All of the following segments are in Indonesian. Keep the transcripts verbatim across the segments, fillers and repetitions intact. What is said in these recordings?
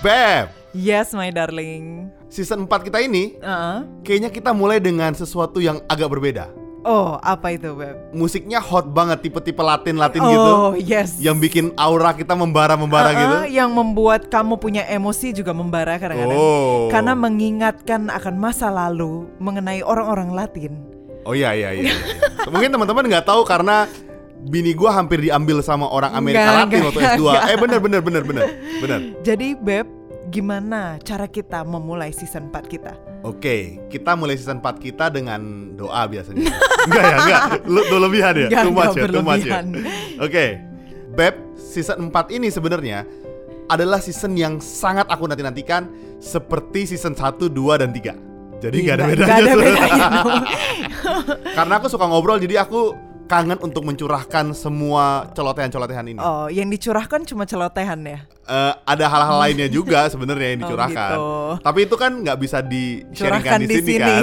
Beb. Yes, my darling. Season empat kita ini uh-uh. kayaknya kita mulai dengan sesuatu yang agak berbeda. Oh, apa itu, Beb? Musiknya hot banget, tipe-tipe Latin-Latin oh, gitu. Oh, yes. Yang bikin aura kita membara-membara uh-uh, gitu. Yang membuat kamu punya emosi juga membara kadang-kadang. Oh. Karena mengingatkan akan masa lalu mengenai orang-orang Latin. Oh iya iya iya. Mungkin teman-teman nggak tahu karena bini gue hampir diambil sama orang Amerika Enggak, Latin enggak, waktu S dua. enggak. Eh bener bener bener bener bener. Jadi Beb, gimana cara kita memulai season empat kita? Oke, kita mulai season empat kita dengan doa biasanya. Enggak ya, enggak. Lu tuh lebihan ya? Enggak, Too much enggak ya, too much ya. berlebihan. Oke. Beb, season empat ini sebenarnya adalah season yang sangat aku nanti-nantikan seperti season satu, dua, dan tiga. Jadi enggak ada bedanya. Enggak ada bedanya. Karena aku suka ngobrol, jadi aku kangen untuk mencurahkan semua celotehan-celotehan ini. Oh, yang dicurahkan cuma celotehan ya? Uh, ada hal-hal lainnya juga sebenarnya yang dicurahkan. Oh, gitu. Tapi itu kan nggak bisa di-sharingkan Curahkan di, di sini, sini kan.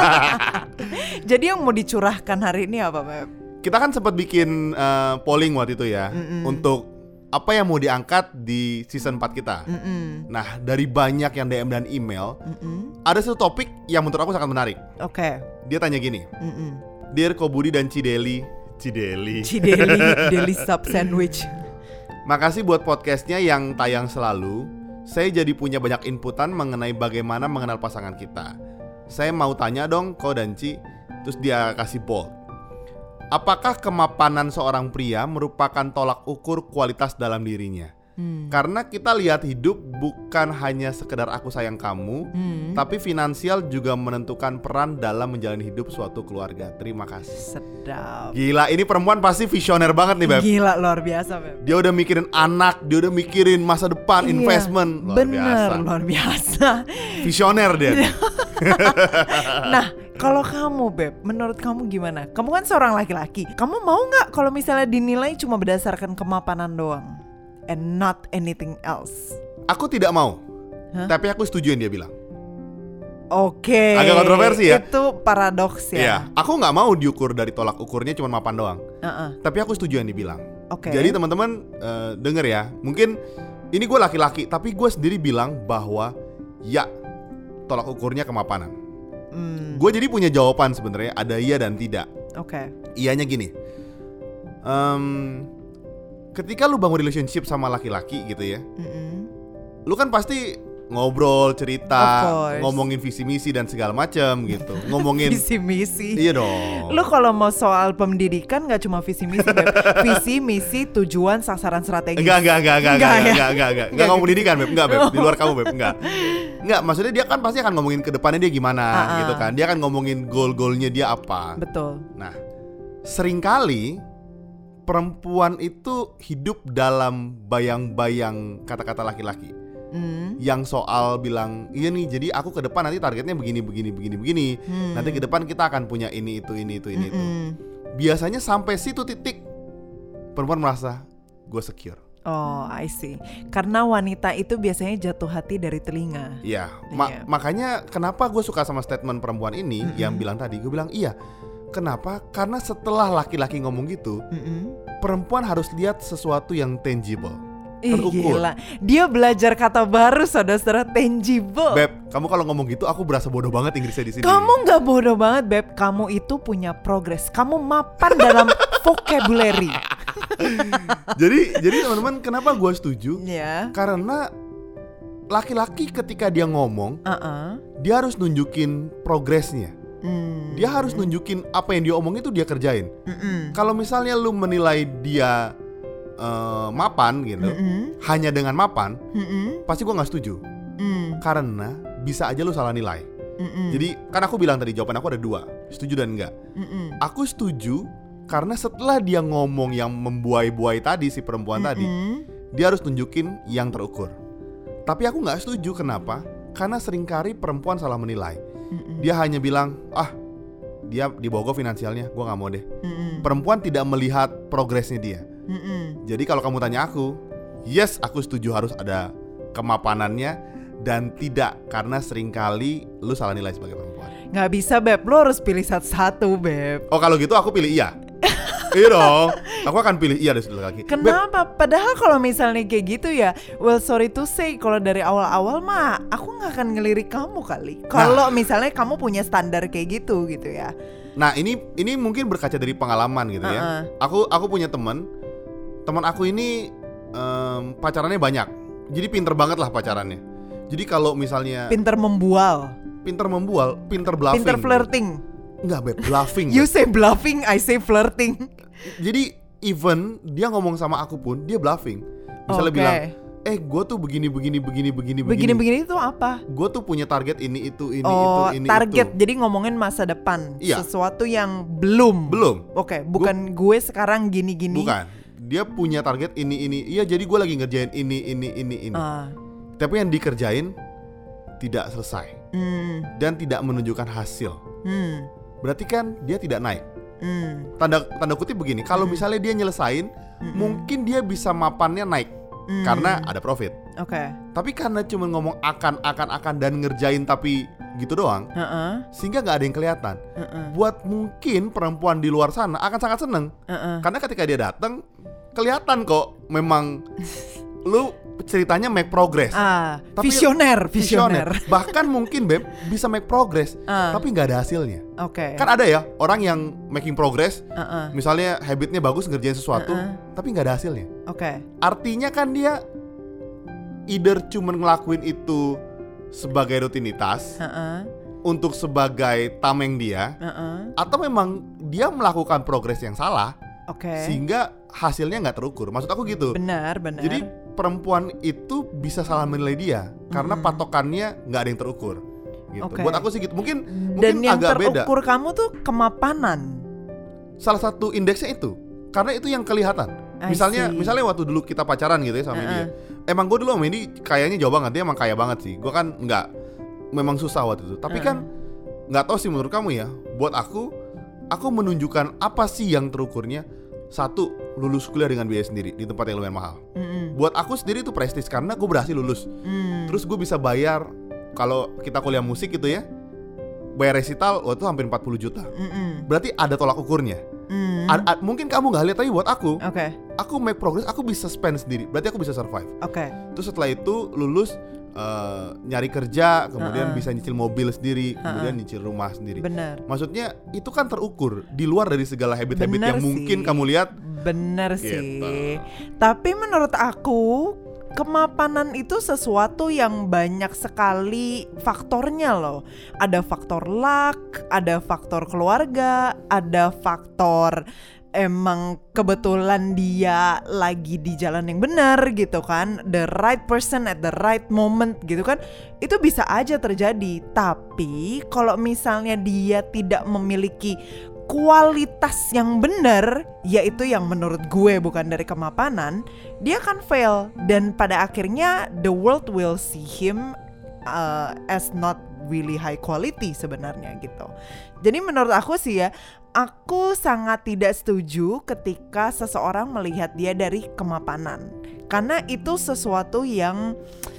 Jadi yang mau dicurahkan hari ini apa, Beb? Kita kan sempat bikin uh, polling waktu itu ya, Mm-mm. untuk apa yang mau diangkat di season empat kita. Mm-mm. Nah, dari banyak yang D M dan email, Mm-mm. ada satu topik yang menurut aku sangat menarik. Oke. Okay. Dia tanya gini, Mm-mm. Dear Kobudi dan Cideli, Cideli, Cideli, Deli Sub Sandwich. makasih buat podcastnya yang tayang selalu. Saya jadi punya banyak inputan mengenai bagaimana mengenal pasangan kita. Saya mau tanya dong, Ko dan Ci. Terus dia kasih bold. Apakah kemapanan seorang pria merupakan tolak ukur kualitas dalam dirinya? Hmm. Karena kita lihat hidup bukan hanya sekedar aku sayang kamu, hmm. tapi finansial juga menentukan peran dalam menjalani hidup suatu keluarga. Terima kasih. Sedap. Gila, ini perempuan pasti visioner banget nih, Beb. Gila, luar biasa, Beb. Dia udah mikirin anak, dia udah mikirin masa depan, iya, investment. Luar bener, biasa. luar biasa. Visioner dia. Nah, kalau kamu, Beb, menurut kamu gimana? Kamu kan seorang laki-laki. Kamu mau gak kalau misalnya dinilai cuma berdasarkan kemapanan doang and not anything else? Aku tidak mau. Hah? Tapi aku setuju yang dia bilang. Oke. Agak kontroversi ya. Itu paradoks ya. Iya, aku nggak mau diukur dari tolak ukurnya cuma mapan doang. Uh-uh. Tapi aku setuju yang dibilang. Oke. Jadi teman-teman uh, denger ya. Mungkin ini gue laki-laki, tapi gue sendiri bilang bahwa ya tolak ukurnya kemapanan. Hmm. Gue jadi punya jawaban sebenarnya. Ada iya dan tidak. Oke. Iyanya gini. Um, ketika lu bangun relationship sama laki-laki gitu ya, mm-hmm. lu kan pasti ngobrol, cerita, ngomongin visi misi dan segala macam gitu. Ngomongin visi misi. Iya dong. Lu kalau mau soal pendidikan nggak cuma visi misi, Beb. Visi misi, tujuan, sasaran strategis. Enggak, enggak, enggak, enggak, enggak, enggak, enggak, enggak, enggak, enggak, enggak ngomong pendidikan, Beb. Enggak, Beb. Di luar kamu, Beb. Enggak. Enggak, maksudnya dia kan pasti akan ngomongin ke depannya dia gimana uh-uh. gitu kan. Dia akan ngomongin goal-goalnya dia apa. Betul. Nah, seringkali perempuan itu hidup dalam bayang-bayang kata-kata laki-laki. Mm. Yang soal bilang, iya nih, jadi aku ke depan nanti targetnya begini, begini, begini, begini. Mm. Nanti ke depan kita akan punya ini, itu, ini, itu, ini, Mm-mm. itu. Biasanya sampai situ titik perempuan merasa gue secure. Oh, I see. Karena wanita itu biasanya jatuh hati dari telinga. Iya, ma- yeah. makanya kenapa gue suka sama statement perempuan ini Mm-mm. yang bilang tadi. Gue bilang iya. Kenapa? Karena setelah laki-laki ngomong gitu, Mm-mm. perempuan harus lihat sesuatu yang tangible. Ih, gila. Dia belajar kata baru, saudara-saudara, tangible. Beb, kamu kalau ngomong gitu aku berasa bodoh banget Inggrisnya di sini. Kamu nggak bodoh banget, Beb. Kamu itu punya progres. Kamu mapan dalam vocabulary. jadi, jadi teman-teman, kenapa gue setuju? Yeah. Karena laki-laki ketika dia ngomong, uh-uh. dia harus nunjukin progresnya. Mm. Dia harus nunjukin apa yang dia omong itu dia kerjain. Mm-mm. Kalau misalnya lu menilai dia Uh, mapan gitu, Mm-mm. hanya dengan mapan, Mm-mm. pasti gue nggak setuju, Mm. karena bisa aja lu salah nilai. Mm-mm. Jadi kan aku bilang tadi jawaban aku ada dua, setuju dan enggak. Mm-mm. Aku setuju karena setelah dia ngomong yang membuai-buai tadi si perempuan Mm-mm. tadi, dia harus tunjukin yang terukur. Tapi aku nggak setuju, kenapa? Karena seringkali perempuan salah menilai. Mm-mm. Dia hanya bilang, ah dia di bawah gue finansialnya, gue nggak mau deh. Mm-mm. Perempuan tidak melihat progresnya dia. Mm-mm. Jadi kalau kamu tanya aku, yes, aku setuju harus ada kemapanannya dan tidak, karena seringkali lu salah nilai sebagai perempuan. Nggak bisa, Beb, lu harus pilih satu-satu, Beb. Oh, kalau gitu aku pilih iya. Iya dong, aku akan pilih iya deh laki. Kenapa? Beb. Padahal kalau misalnya kayak gitu ya, well sorry to say, kalau dari awal-awal mah aku nggak akan ngelirik kamu kali. Kalau nah, misalnya kamu punya standar kayak gitu gitu ya. Nah ini ini mungkin berkaca dari pengalaman gitu uh-uh. ya. Aku aku punya teman, teman aku ini um, pacarannya banyak, jadi pinter banget lah pacarannya. Jadi kalau misalnya pinter membual, pinter membual, pinter bluffing, pinter flirting. Enggak beb, bluffing. You say bluffing, I say flirting. Jadi even dia ngomong sama aku pun dia bluffing. Misalnya okay. bilang, eh gue tuh begini begini begini begini begini begini itu apa? Gue tuh punya target ini itu ini oh, itu ini target. itu. Jadi ngomongin masa depan, iya. sesuatu yang belum. Belum. Oke, okay, bukan gua, gue sekarang gini gini. Bukan. Dia punya target ini ini. Iya, jadi gue lagi ngerjain ini ini ini ini. Uh. Tapi yang dikerjain tidak selesai mm. dan tidak menunjukkan hasil. Mm. Berarti kan dia tidak naik. Mm. Tanda tanda kutip begini, kalau mm. misalnya dia nyelesain, Mm-mm. mungkin dia bisa mapannya naik mm. karena ada profit. Oke. Okay. Tapi karena cuma ngomong akan akan akan dan ngerjain tapi gitu doang, uh-uh. sehingga nggak ada yang kelihatan. Uh-uh. Buat mungkin perempuan di luar sana akan sangat seneng, uh-uh. karena ketika dia datang kelihatan kok memang lu ceritanya make progress. Ah, tapi visioner, visioner. Bahkan mungkin beb bisa make progress, uh. tapi nggak ada hasilnya. Oke. Okay. Kan ada ya orang yang making progress, uh-uh. misalnya habitnya bagus ngerjain sesuatu, uh-uh. tapi nggak ada hasilnya. Oke. Okay. Artinya kan dia either cuman ngelakuin itu sebagai rutinitas, uh-uh. untuk sebagai tameng dia, uh-uh. atau memang dia melakukan progress yang salah. Oke. Okay. Sehingga hasilnya nggak terukur. Maksud aku gitu. Benar, benar. Jadi perempuan itu bisa salah menilai dia karena mm-hmm. patokannya nggak ada yang terukur. Gitu. Okay. Buat aku sih gitu. Mungkin Dan mungkin yang agak beda. terukur kamu tuh kemapanan. Salah satu indeksnya itu. Karena itu yang kelihatan. I misalnya, see. misalnya waktu dulu kita pacaran gitu ya sama uh-uh. dia. Emang gue dulu sama ini kayaknya jauh banget. Dia emang kaya banget sih. Gue kan nggak, memang susah waktu itu. Tapi uh-uh. kan nggak tahu sih menurut kamu ya. Buat aku, aku menunjukkan apa sih yang terukurnya. Satu, lulus kuliah dengan biaya sendiri di tempat yang lumayan mahal. Mm-hmm. Buat aku sendiri itu prestis karena gue berhasil lulus. Mm. Terus gue bisa bayar, kalau kita kuliah musik gitu ya, bayar resital waktu itu hampir empat puluh juta. Mm-hmm. Berarti ada tolak ukurnya. Mm. A- a- mungkin kamu gak lihat, tapi buat aku, okay. aku make progress, aku bisa spend sendiri. Berarti aku bisa survive. Okay. Terus setelah itu lulus, Uh, nyari kerja, kemudian uh-uh. bisa nyicil mobil sendiri, uh-uh. kemudian nyicil rumah sendiri. Benar. Maksudnya itu kan terukur di luar dari segala habit-habit Bener yang sih. mungkin kamu lihat. Bener gitu. sih. Tapi menurut aku kemapanan itu sesuatu yang banyak sekali faktornya loh. Ada faktor luck, ada faktor keluarga, ada faktor emang kebetulan dia lagi di jalan yang benar gitu kan, the right person at the right moment gitu kan, itu bisa aja terjadi. Tapi kalau misalnya dia tidak memiliki kualitas yang benar, yaitu yang menurut gue bukan dari kemapanan, dia akan fail. Dan pada akhirnya the world will see him uh, as not really high quality sebenarnya gitu. Jadi menurut aku sih ya, aku sangat tidak setuju ketika seseorang melihat dia dari kemapanan. Karena itu sesuatu yang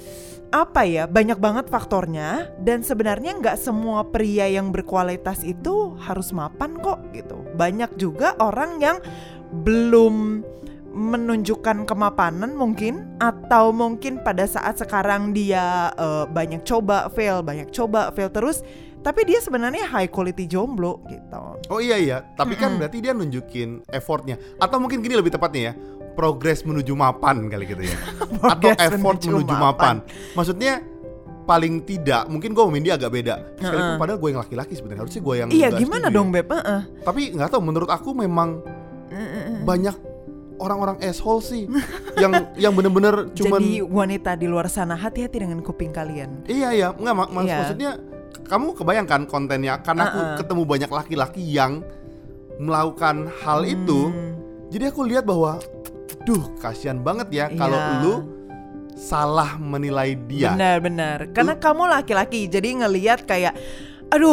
apa ya, banyak banget faktornya. Dan sebenarnya gak semua pria yang berkualitas itu harus mapan kok gitu. Banyak juga orang yang belum menunjukkan kemapanan mungkin, atau mungkin pada saat sekarang dia uh, banyak coba fail, banyak coba fail terus, tapi dia sebenarnya high quality jomblo gitu. Oh iya iya, tapi kan mm-hmm. berarti dia nunjukin effortnya. Atau mungkin gini lebih tepatnya ya, progres menuju mapan kali gitu ya. Atau effort menuju, menuju mapan. mapan. Maksudnya paling tidak, mungkin gue sama Mindy agak beda. Sekalipun uh-uh. padahal gue yang laki-laki sebenarnya, harusnya gue yang iya gimana dong Beb? Uh-uh. Tapi nggak tahu, menurut aku memang uh-uh. banyak orang-orang asshole sih yang yang bener-bener cuman. Jadi wanita di luar sana, hati-hati dengan kuping kalian. Iya iya, nggak mak- mak- iya. Maksudnya kamu kebayangkan kontennya, karena uh-uh. aku ketemu banyak laki-laki yang melakukan hal hmm. itu. Jadi aku lihat bahwa, duh kasihan banget ya kalau yeah. lu salah menilai dia. Benar-benar, karena lu, kamu laki-laki, jadi ngelihat kayak, aduh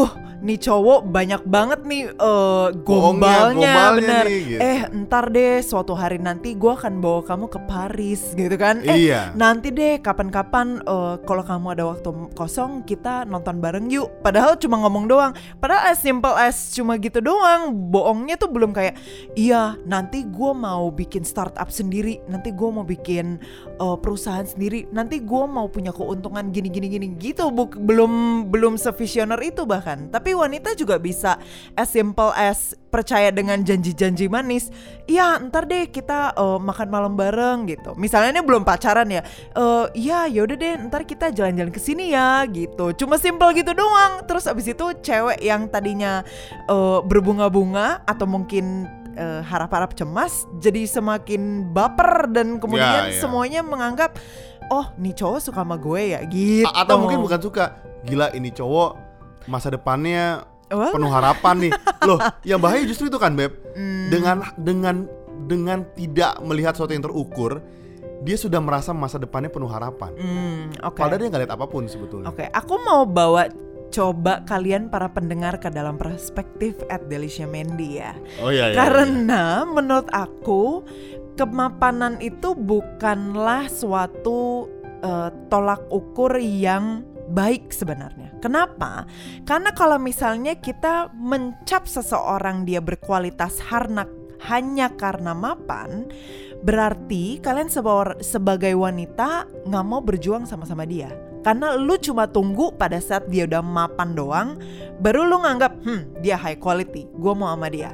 nih cowok banyak banget nih uh, Bohongnya, gombalnya, gombalnya bener. nih, gitu. Eh ntar deh suatu hari nanti gue akan bawa kamu ke Paris gitu kan. Eh Iya. nanti deh kapan-kapan uh, kalau kamu ada waktu kosong kita nonton bareng yuk. Padahal cuma ngomong doang. Padahal as simple as cuma gitu doang. Bohongnya tuh belum kayak iya nanti gue mau bikin startup sendiri, nanti gue mau bikin uh, perusahaan sendiri, nanti gue mau punya keuntungan gini-gini-gini gitu. Buk, belum belum sevisioner itu bahkan. Tapi wanita juga bisa as simple as percaya dengan janji-janji manis. Iya ntar deh kita uh, makan malam bareng gitu. Misalnya ini belum pacaran ya. Uh, iya yaudah deh ntar kita jalan-jalan kesini ya gitu. Cuma simple gitu doang. Terus abis itu cewek yang tadinya uh, berbunga-bunga atau mungkin uh, harap-harap cemas jadi semakin baper dan kemudian ya, ya. semuanya menganggap oh nih cowok suka sama gue ya gitu. A- atau mungkin bukan suka. Gila ini cowok masa depannya well, penuh harapan nih. Loh, yang bahaya justru itu kan, Beb. Hmm. Dengan dengan dengan tidak melihat sesuatu yang terukur, dia sudah merasa masa depannya penuh harapan. Hmm, okay. Padahal dia nggak lihat apapun sebetulnya. Oke, okay. Aku mau bawa coba kalian para pendengar ke dalam perspektif at Delicia Mendy ya. Oh iya, iya. Karena iya. menurut aku kemapanan itu bukanlah suatu uh, tolak ukur yang baik sebenarnya. Kenapa? Karena kalau misalnya kita mencap seseorang dia berkualitas harnak hanya karena mapan, berarti kalian seba- sebagai wanita gak mau berjuang sama-sama dia. Karena lu cuma tunggu pada saat dia udah mapan doang, baru lu nganggap, hmm dia high quality, gue mau sama dia.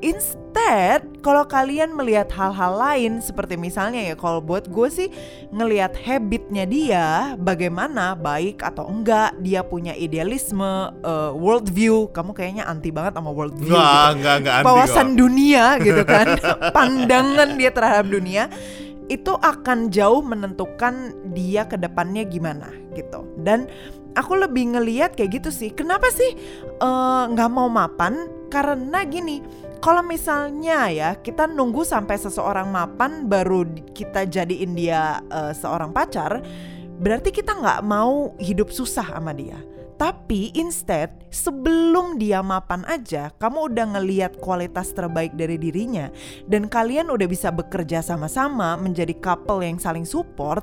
Instead, kalau kalian melihat hal-hal lain, seperti misalnya ya kalau buat gue sih, ngelihat habitnya dia, bagaimana baik atau enggak, dia punya idealisme, uh, worldview, kamu kayaknya anti banget sama worldview Nggak, gitu. nggak, nggak anti Wawasan kok. dunia gitu kan, pandangan dia terhadap dunia, itu akan jauh menentukan dia ke depannya gimana gitu. Dan aku lebih ngelihat kayak gitu sih. Kenapa sih nggak uh, mau mapan? Karena gini, kalau misalnya ya kita nunggu sampai seseorang mapan baru kita jadiin dia uh, seorang pacar, berarti kita nggak mau hidup susah sama dia. Tapi instead sebelum dia mapan aja kamu udah ngelihat kualitas terbaik dari dirinya dan kalian udah bisa bekerja sama-sama menjadi couple yang saling support,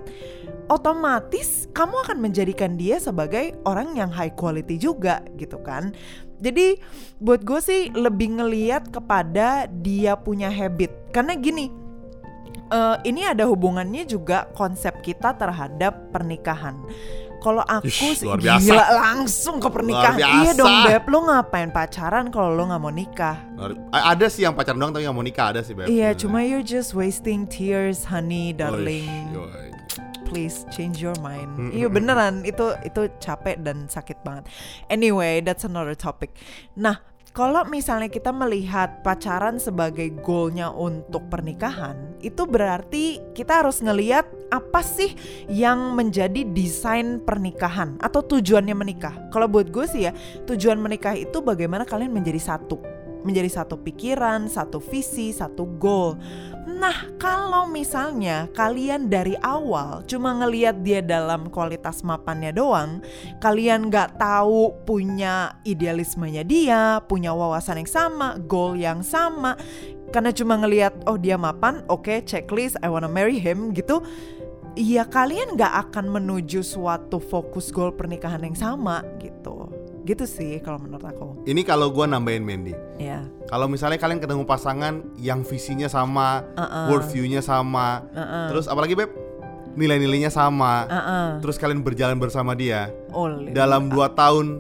otomatis kamu akan menjadikan dia sebagai orang yang high quality juga gitu kan. Jadi buat gue sih lebih ngelihat kepada dia punya habit. Karena gini, uh, ini ada hubungannya juga konsep kita terhadap pernikahan. Kalau aku Ish, sih biasa. gila langsung ke pernikahan. Iya dong Beb, lo ngapain pacaran kalau lo gak mau nikah? Ada sih yang pacaran doang tapi gak mau nikah, ada sih Beb. Iya, cuma you're just wasting tears honey darling. Oish, oish. Please change your mind. Iya beneran, itu itu capek dan sakit banget. Anyway, that's another topic. Nah, kalau misalnya kita melihat pacaran sebagai goalnya untuk pernikahan, itu berarti kita harus ngelihat apa sih yang menjadi desain pernikahan atau tujuannya menikah. Kalau buat gue sih ya, tujuan menikah itu bagaimana kalian menjadi satu. Menjadi satu pikiran, satu visi, satu goal. Nah, kalau misalnya kalian dari awal cuma ngelihat dia dalam kualitas mapannya doang, kalian gak tahu punya idealismenya dia, punya wawasan yang sama, goal yang sama, karena cuma ngelihat oh dia mapan, oke okay, checklist, I wanna marry him gitu, ya kalian gak akan menuju suatu fokus goal pernikahan yang sama gitu. Gitu sih kalau menurut aku. Ini kalau gue nambahin Mendy. Iya. Kalau misalnya kalian ketemu pasangan yang visinya sama, uh-uh. worldview-nya sama, uh-uh. terus apalagi Beb, nilai-nilainya sama, uh-uh. terus kalian berjalan bersama dia, oh, dalam dua tahun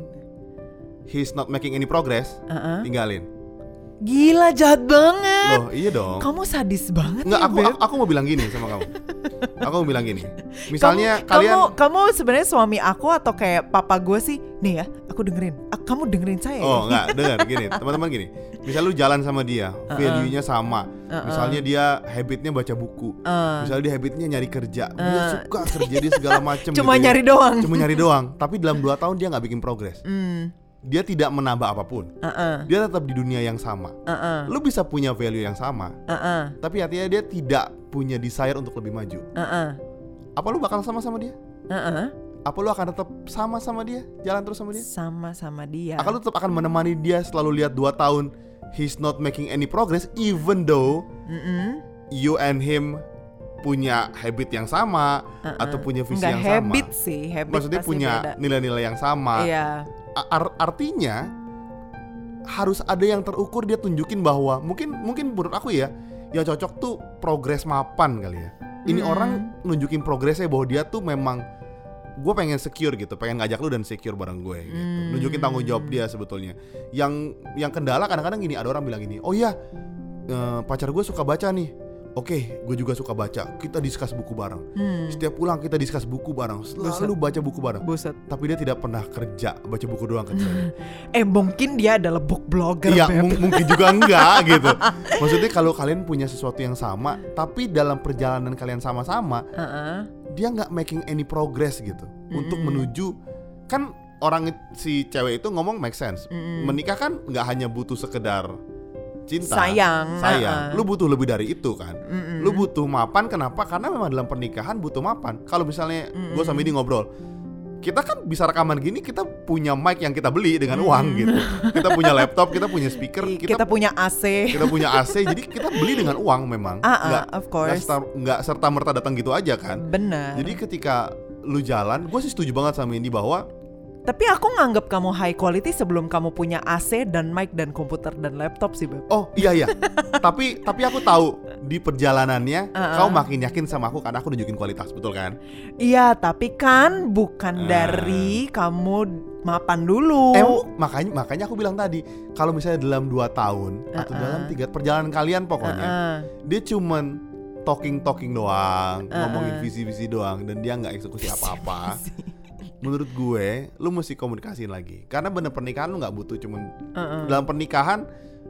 he's not making any progress, uh-uh. tinggalin. Gila jahat banget. Loh iya dong. Kamu sadis banget. Nggak, ya, aku, Beb. aku aku mau bilang gini sama kamu. Aku mau bilang gini. Misalnya kamu, kalian Kamu, kamu sebenarnya suami aku atau kayak papa gue sih. Nih ya, aku dengerin. Kamu dengerin saya. Oh enggak, denger gini. Teman-teman gini. Misal lu jalan sama dia, uh-uh. value-nya sama. Uh-uh. Misalnya dia habitnya baca buku. Uh. Misalnya dia habitnya nyari kerja. Uh. Dia suka kerja dia segala macam. Cuma gitu nyari ya. doang. Cuma nyari doang. Tapi dalam dua tahun dia nggak bikin progres. Mm. Dia tidak menambah apapun. Uh-uh. Dia tetap di dunia yang sama. Uh-uh. Lu bisa punya value yang sama. Uh-uh. Tapi artinya dia tidak punya desire untuk lebih maju. Uh-uh. Apa lu bakal sama sama dia? Uh-uh. apa lu akan tetap sama sama dia, jalan terus sama dia? Sama sama dia. Akan lu tetap akan menemani dia selalu lihat dua tahun he's not making any progress, even though Mm-mm. you and him punya habit yang sama uh-uh. atau punya visi Nggak yang habit sama. Sih, habit maksudnya punya beda. Nilai-nilai yang sama. Iya. Ar- artinya harus ada yang terukur, dia tunjukin bahwa mungkin mungkin menurut aku ya, yang cocok tuh progres mapan kali ya. Ini mm. orang nunjukin progresnya bahwa dia tuh memang, gue pengen secure gitu, pengen ngajak lu dan secure bareng gue gitu. Mm. Nunjukin tanggung jawab dia sebetulnya. Yang yang kendala kadang-kadang gini, ada orang bilang gini, oh iya uh, pacar gue suka baca nih. Oke, gue juga suka baca. Kita discuss buku bareng. Hmm. Setiap pulang kita discuss buku bareng. Selalu Buset. baca buku bareng. Buset. Tapi dia tidak pernah kerja, baca buku doang kerjanya. eh mungkin dia adalah book blogger. Iya, m- mungkin juga enggak gitu. Maksudnya kalau kalian punya sesuatu yang sama, tapi dalam perjalanan kalian sama-sama, uh-uh. dia nggak making any progress gitu. Mm-hmm. Untuk menuju, kan orang si cewek itu ngomong make sense. Mm-hmm. Menikah kan nggak hanya butuh sekedar cinta, sayang, sayang. Uh-uh. Lu butuh lebih dari itu kan. Mm-mm. Lu butuh mapan. Kenapa? Karena memang dalam pernikahan butuh mapan. Kalau misalnya gue sama ini ngobrol, kita kan bisa rekaman gini, kita punya mic yang kita beli dengan uang mm. gitu. Kita punya laptop, kita punya speaker, kita, kita punya A C, kita punya A C. Jadi kita beli dengan uang memang. Uh-uh, nggak, of course. Nggak serta, nggak serta merta datang gitu aja kan. Benar. Jadi ketika lu jalan, gue sih setuju banget sama Indi bahwa, tapi aku nganggap kamu high quality sebelum kamu punya A C dan mic dan komputer dan laptop sih, Beb. Oh iya iya. tapi tapi aku tahu di perjalanannya uh-uh. kamu makin yakin sama aku karena aku nunjukin kualitas, betul kan? Iya, tapi kan bukan uh. dari kamu mapan dulu. Eh, makanya makanya aku bilang tadi, kalau misalnya dalam dua tahun uh-uh. atau dalam tiga perjalanan kalian pokoknya, uh-uh. dia cuman talking-talking doang, uh-uh. ngomongin visi-visi doang dan dia nggak eksekusi apa-apa. Menurut gue, lu mesti komunikasiin lagi. Karena bener pernikahan lu gak butuh cuman uh-uh. dalam pernikahan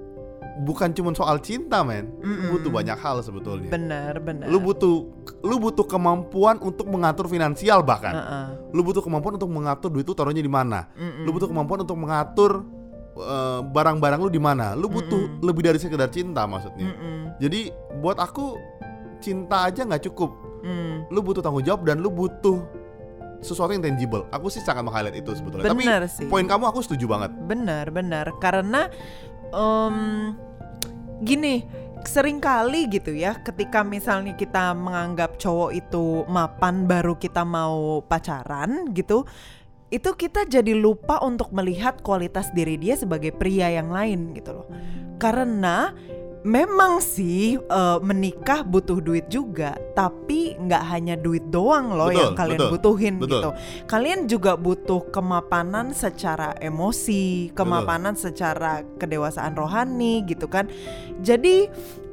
bukan cuman soal cinta, men. Mm-mm. Butuh banyak hal sebetulnya. Benar, benar. Lu butuh lu butuh kemampuan untuk mengatur finansial bahkan. Uh-uh. Lu butuh kemampuan untuk mengatur duit lu taruhnya di mana. Lu butuh kemampuan untuk mengatur uh, barang-barang lu di mana. Lu butuh Mm-mm. lebih dari sekedar cinta maksudnya. Mm-mm. Jadi buat aku cinta aja gak cukup. Mm. Lu butuh tanggung jawab dan lu butuh sesuatu yang tangible. Aku sih sangat meng-highlight itu sebetulnya. Bener Tapi sih. Poin kamu aku setuju banget. Benar, benar. Karena um, gini, seringkali gitu ya, ketika misalnya kita menganggap cowok itu mapan baru kita mau pacaran gitu, itu kita jadi lupa untuk melihat kualitas diri dia sebagai pria yang lain gitu loh. Karena memang sih uh, menikah butuh duit juga, tapi nggak hanya duit doang loh betul, yang kalian betul, butuhin betul. gitu. Kalian juga butuh kemapanan secara emosi, kemapanan betul. secara kedewasaan rohani gitu kan. Jadi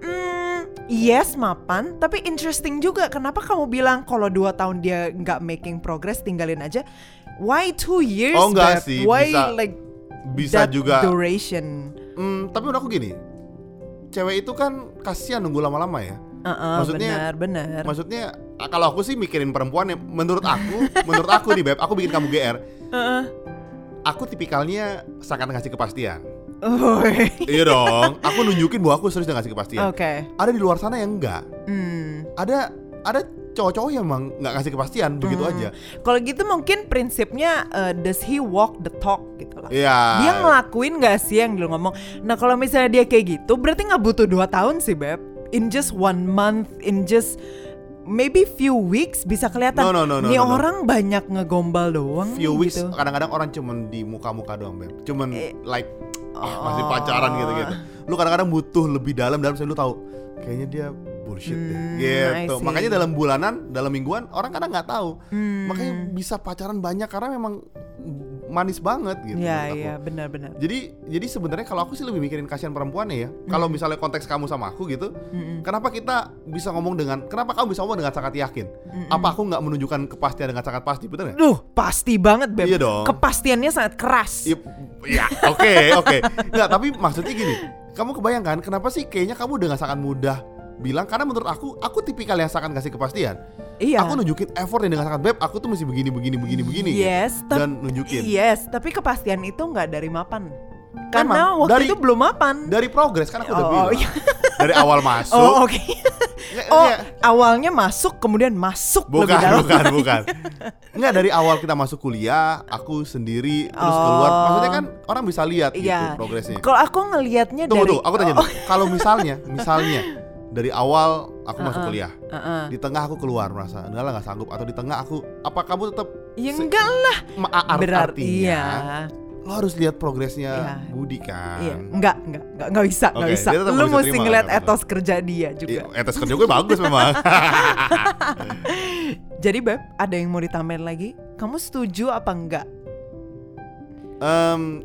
mm, yes mapan, tapi interesting juga. Kenapa kamu bilang kalau dua tahun dia nggak making progress, tinggalin aja? Why two years? Oh enggak sih, Why bisa, like bisa that juga duration? Hmm, tapi menurut aku gini. Cewek itu kan kasihan nunggu lama-lama ya. Uh-uh, maksudnya, benar, benar. Maksudnya kalau aku sih mikirin perempuan ya, menurut aku, menurut aku nih Beb, aku bikin kamu G R. Uh-uh. Aku tipikalnya sangat ngasih kepastian. Oh. Iya dong. Aku nunjukin bahwa aku serius ngasih kepastian. Oke. Okay. Ada di luar sana yang enggak. Hmm. Ada ada cowok-cowok yang emang nggak kasih kepastian hmm. begitu aja. Kalau gitu mungkin prinsipnya uh, does he walk the talk gitu lah. Yeah. Dia ngelakuin nggak sih yang dulu ngomong. Nah kalau misalnya dia kayak gitu, berarti nggak butuh dua tahun sih Beb. In just one month, in just maybe few weeks bisa kelihatan. No, no, no, no, nih no, no. orang banyak ngegombal doang. Few weeks. Gitu. Kadang-kadang orang cuman di muka-muka doang Beb. Cuman eh, like oh. ah, masih pacaran gitu-gitu. Lu kadang-kadang butuh lebih dalam dalam sampai lu tahu. Kayaknya dia bullshit deh, hmm, gitu. Makanya dalam bulanan, dalam mingguan orang kadang nggak tahu. Hmm. Makanya bisa pacaran banyak karena memang manis banget gitu. Iya iya benar-benar. Jadi jadi sebenarnya kalau aku sih lebih mikirin kasihan perempuannya ya. Hmm. Kalau misalnya konteks kamu sama aku gitu, hmm. kenapa kita bisa ngomong dengan, kenapa kamu bisa ngomong dengan sangat yakin? Hmm. Apa aku nggak menunjukkan kepastian dengan sangat pasti, betul nggak? Duh pasti banget Beb. Iya dong. Kepastiannya sangat keras. Iya, oke oke. Nggak, tapi maksudnya gini. Kamu kebayangkan kenapa sih kayaknya kamu dengan sangat mudah bilang, karena menurut aku, aku tipikal yang sangat kasih kepastian. Iya. Aku nunjukin effort yang dengan sangat, Beb, aku tuh masih begini, begini, begini, begini. Yes. Gitu. Dan nunjukin. Yes, tapi kepastian itu nggak dari mapan. Karena memang, waktu dari, itu belum mapan. Dari progres, kan aku udah oh, bilang. Iya. Dari awal masuk. Oh, oke. Okay. Oh, awalnya masuk kemudian masuk bukan, lebih dalam. Bukan, bukan, bukan. Enggak, dari awal kita masuk kuliah, aku sendiri terus oh. keluar. Maksudnya kan orang bisa lihat gitu yeah. progresnya. Kalau aku ngelihatnya tunggu, dari Tunggu, aku tanya oh. dulu. Kalau misalnya, misalnya dari awal aku uh-uh. masuk kuliah, uh-uh. di tengah aku keluar merasa enggak lah, nggak sanggup, atau di tengah aku, apa kamu tetap? Ya se- enggak lah. Ma- Berarti iya. Lo harus lihat progresnya iya. Budi kan. Iya. Enggak, enggak, enggak, enggak bisa, enggak okay, bisa. Lo mesti ngeliat etos kerja dia juga. Iya, etos kerja gue bagus memang. Jadi Beb, ada yang mau ditambahin lagi? Kamu setuju apa enggak? Um,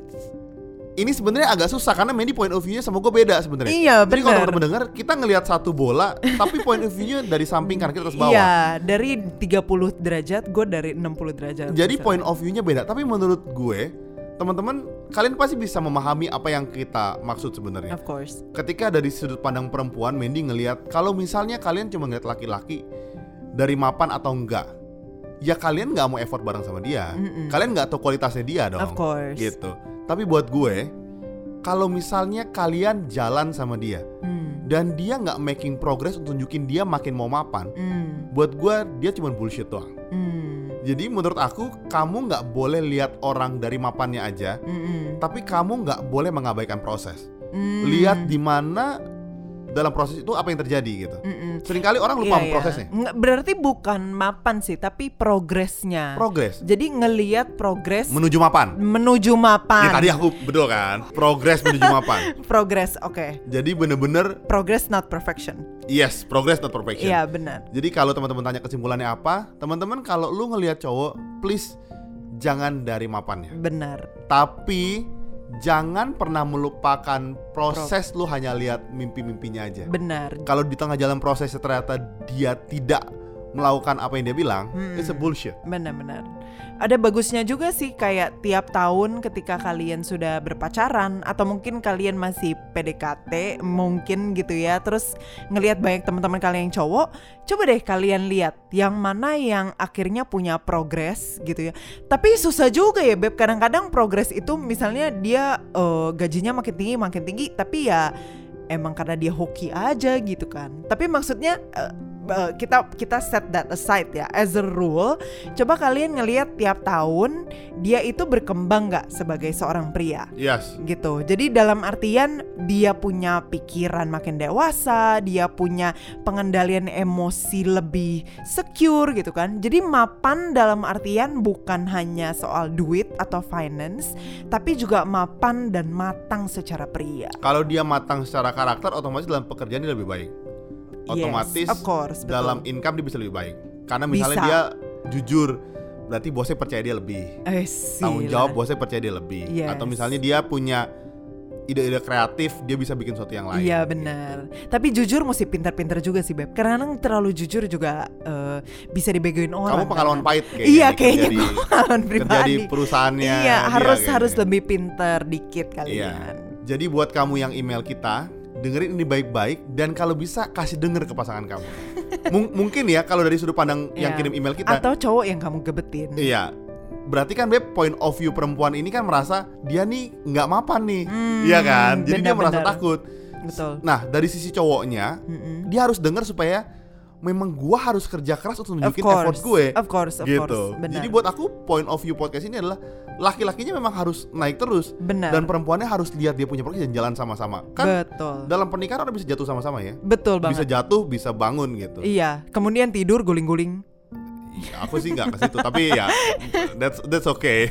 ini sebenarnya agak susah karena Mandy point of view-nya sama gue beda sebenarnya. Iya, benar. Jadi kalau teman-teman dengar, kita ngelihat satu bola, tapi point of view-nya dari samping kanan kita terus bawah. Iya, dari tiga puluh derajat, gue dari enam puluh derajat. Jadi misalnya point of view-nya beda. Tapi menurut gue, teman-teman, kalian pasti bisa memahami apa yang kita maksud sebenarnya. Of course. Ketika dari sudut pandang perempuan, Mandy ngelihat kalau misalnya kalian cuma ngeliat laki-laki dari mapan atau enggak, ya kalian nggak mau effort bareng sama dia. Mm-mm. Kalian nggak tahu kualitasnya dia dong. Of course. Gitu. Tapi buat gue, kalau misalnya kalian jalan sama dia mm. dan dia nggak making progress untuk tunjukin dia makin mau mapan, mm. buat gue dia cuma bullshit doang. Mm. Jadi menurut aku, kamu nggak boleh lihat orang dari mapannya aja, mm-mm. tapi kamu nggak boleh mengabaikan proses. Mm. Lihat di mana dalam proses itu apa yang terjadi gitu. Mm-mm. Seringkali orang lupa iya, prosesnya. Iya. Berarti bukan mapan sih, tapi progresnya. Progres. Jadi ngelihat progres menuju mapan. Menuju mapan. Ya tadi aku betul kan. Progres menuju mapan. Progres, oke. Okay. Jadi bener-bener progress not perfection. Yes, progress not perfection. Iya benar. Jadi kalau teman-teman tanya kesimpulannya apa, teman-teman kalau lu ngelihat cowok, please jangan dari mapannya. Benar. Tapi jangan pernah melupakan proses. Pro. Lu hanya lihat mimpi-mimpinya aja. Benar. Kalau di tengah jalan proses ternyata dia tidak melakukan apa yang dia bilang, hmm. it's a bullshit. Benar-benar. Ada bagusnya juga sih, kayak tiap tahun ketika kalian sudah berpacaran atau mungkin kalian masih P D K T mungkin gitu ya, terus ngelihat banyak teman-teman kalian yang cowok, coba deh kalian lihat yang mana yang akhirnya punya progres gitu ya. Tapi susah juga ya Beb, kadang-kadang progres itu misalnya dia uh, gajinya makin tinggi makin tinggi, tapi ya emang karena dia hoki aja gitu kan. Tapi maksudnya uh, Uh, kita kita set that aside ya, as a rule. Coba kalian ngelihat tiap tahun dia itu berkembang nggak sebagai seorang pria. Yes. Gitu. Jadi dalam artian dia punya pikiran makin dewasa, dia punya pengendalian emosi lebih secure gitu kan. Jadi mapan dalam artian bukan hanya soal duit atau finance, tapi juga mapan dan matang secara pria. Kalau dia matang secara karakter, otomatis dalam pekerjaan dia lebih baik. Otomatis yes, of course, dalam betul. income dia bisa lebih baik. Karena misalnya bisa. Dia jujur, berarti bosnya percaya dia lebih. eh, Tanggung jawab bosnya percaya dia lebih. Yes. Atau misalnya dia punya ide-ide kreatif, dia bisa bikin sesuatu yang lain. Iya benar. Gitu. Tapi jujur mesti pintar-pintar juga sih Beb. Karena terlalu jujur juga uh, bisa dibegoin orang. Kamu pengalaman kan? pahit kayaknya. Iya kayaknya di, pengalaman pribadi. Kerja di perusahaannya. Iya harus kayaknya. harus lebih pintar dikit kalian. Iya. Jadi buat kamu yang email kita, dengerin ini baik-baik dan kalau bisa kasih denger ke pasangan kamu. M- mungkin ya kalau dari sudut pandang yeah. yang kirim email kita, atau cowok yang kamu gebetin. Iya. Berarti kan Beb, point of view perempuan ini kan merasa dia nih nggak mapan nih, hmm, iya kan? Jadi bener, dia merasa bener. takut. Betul. Nah dari sisi cowoknya, Mm-mm. dia harus denger supaya memang gua harus kerja keras untuk nunjukin effort gue. Of course, of gitu. course. Benar. Jadi buat aku point of view podcast ini adalah laki-lakinya memang harus naik terus. Benar. Dan perempuannya harus lihat dia punya progres dan jalan sama-sama. Kan betul. Dalam pernikahan orang bisa jatuh sama-sama ya. Betul banget. Bisa jatuh, bisa bangun gitu. Iya. Kemudian tidur guling-guling. Ya, aku sih nggak ke situ, tapi ya that's that's okay.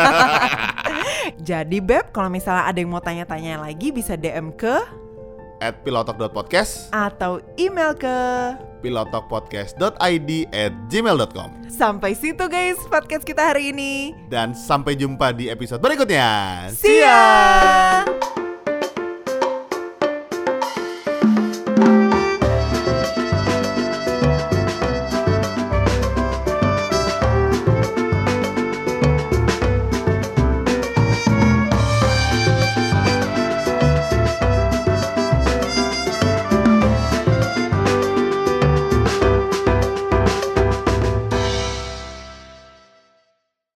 Jadi Beb, kalau misalnya ada yang mau tanya-tanya lagi bisa D M ke at pilotalk dot podcast atau email ke pilotalkpodcast dot i d at gmail dot com. Sampai situ guys podcast kita hari ini. Dan sampai jumpa di episode berikutnya. See ya.